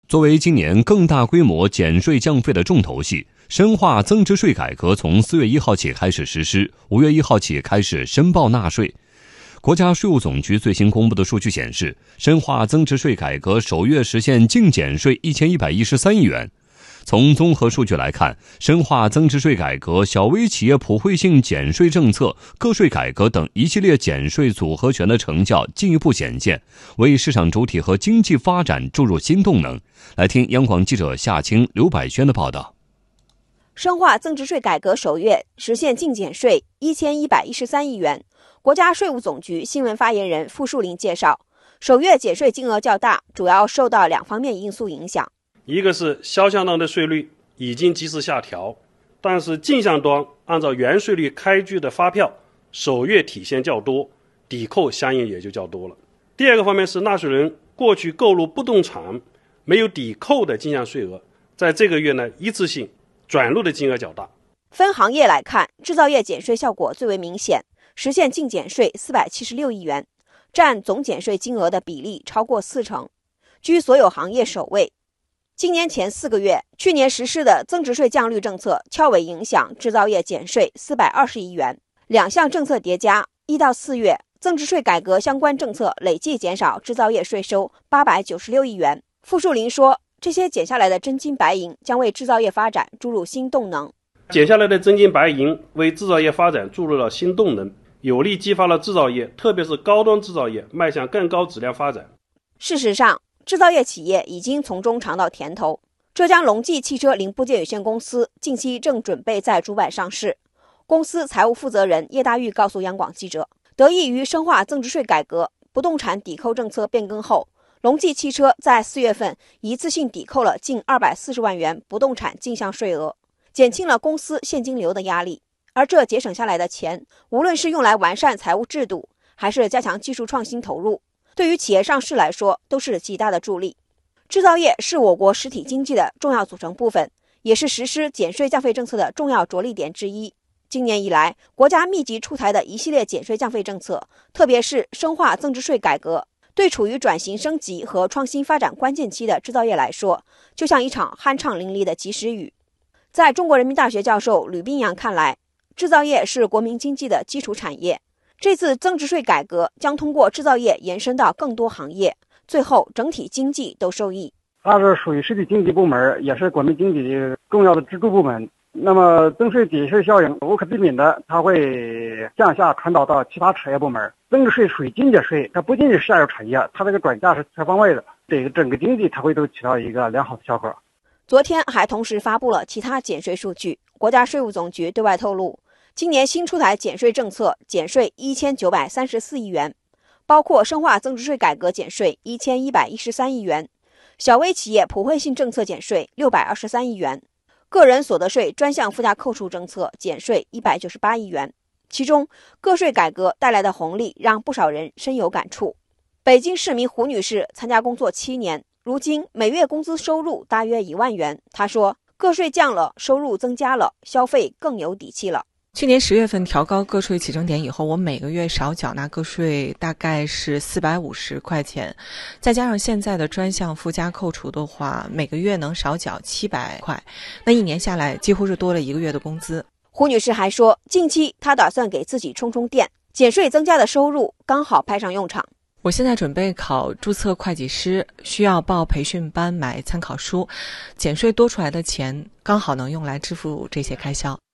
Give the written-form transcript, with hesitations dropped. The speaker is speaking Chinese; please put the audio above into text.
作为今年更大规模减税降费的重头戏，深化增值税改革从4月1号起开始实施，5月1号起开始申报纳税。国家税务总局最新公布的数据显示，深化增值税改革首月实现净减税1113亿元。从综合数据来看，深化增值税改革、小微企业普惠性减税政策、个税改革等一系列减税组合拳的成效进一步显现，为市场主体和经济发展注入新动能。来听央广记者夏青、刘百轩的报道。 深化增值税改革首月实现净减税1113亿元。国家税务总局新闻发言人傅树林介绍，首月减税金额较大，主要受到2方面因素影响。 一个是销项端的税率已经及时下调，但是进项端按照原税率开具的发票首月体现较多，抵扣相应也就较多了。第二个方面是纳税人过去购入不动产没有抵扣的进项税额，在这个月呢一次性转入的金额较大。 分行业来看，制造业减税效果最为明显，实现净减税476亿元，占总减税金额的比例超过40%，居所有行业首位。今年前4个月，去年实施的增值税降率政策翘尾影响制造业减税420亿元。2项政策叠加，1到4月，增值税改革相关政策累计减少制造业税收896亿元。傅树林说，这些减下来的真金白银将为制造业发展注入新动能。 减下来的真金白银为制造业发展注入了新动能，有力激发了制造业，特别是高端制造业迈向更高质量发展。 事实上，制造业企业已经从中尝到甜头。浙江隆基汽车零部件有限公司近期正准备在主板上市。公司财务负责人叶大玉告诉央广记者，得益于深化增值税改革、不动产抵扣政策变更后，隆基汽车在4月份一次性抵扣了近240万元不动产进项税额，减轻了公司现金流的压力。而这节省下来的钱，无论是用来完善财务制度，还是加强技术创新投入，对于企业上市来说都是极大的助力。制造业是我国实体经济的重要组成部分，也是实施减税降费政策的重要着力点之一。今年以来，国家密集出台的一系列减税降费政策，特别是深化增值税改革，对处于转型升级和创新发展关键期的制造业来说，就像一场酣畅淋漓的及时雨。在中国人民大学教授吕斌阳看来，制造业是国民经济的基础产业，这次增值税改革将通过制造业延伸到更多行业，最后整体经济都受益。 它是属于实体经济部门，也是国民经济重要的支柱部门。那么增税抵税效应无可避免的，它会向下传导到其他产业部门。增值税属于间接税，它不仅仅是下游产业，它这个转嫁是全方位的，这个整个经济它会都起到一个良好的效果。 昨天还同时发布了其他减税数据。国家税务总局对外透露，今年新出台减税政策减税1934亿元，包括深化增值税改革减税1113亿元，小微企业普惠性政策减税623亿元，个人所得税专项附加扣除政策减税198亿元。其中，个税改革带来的红利让不少人深有感触。北京市民胡女士参加工作7年，如今每月工资收入大约1万元。她说，个税降了，收入增加了，消费更有底气了。 去年10月份调高个税起征点以后，我每个月少缴纳个税大概是450块钱，再加上现在的专项附加扣除的话，每个月能少缴700块，那一年下来几乎是多了1个月的工资。 胡女士还说，近期她打算给自己充充电，减税增加的收入刚好派上用场。 我现在准备考注册会计师，需要报培训班买参考书，减税多出来的钱刚好能用来支付这些开销。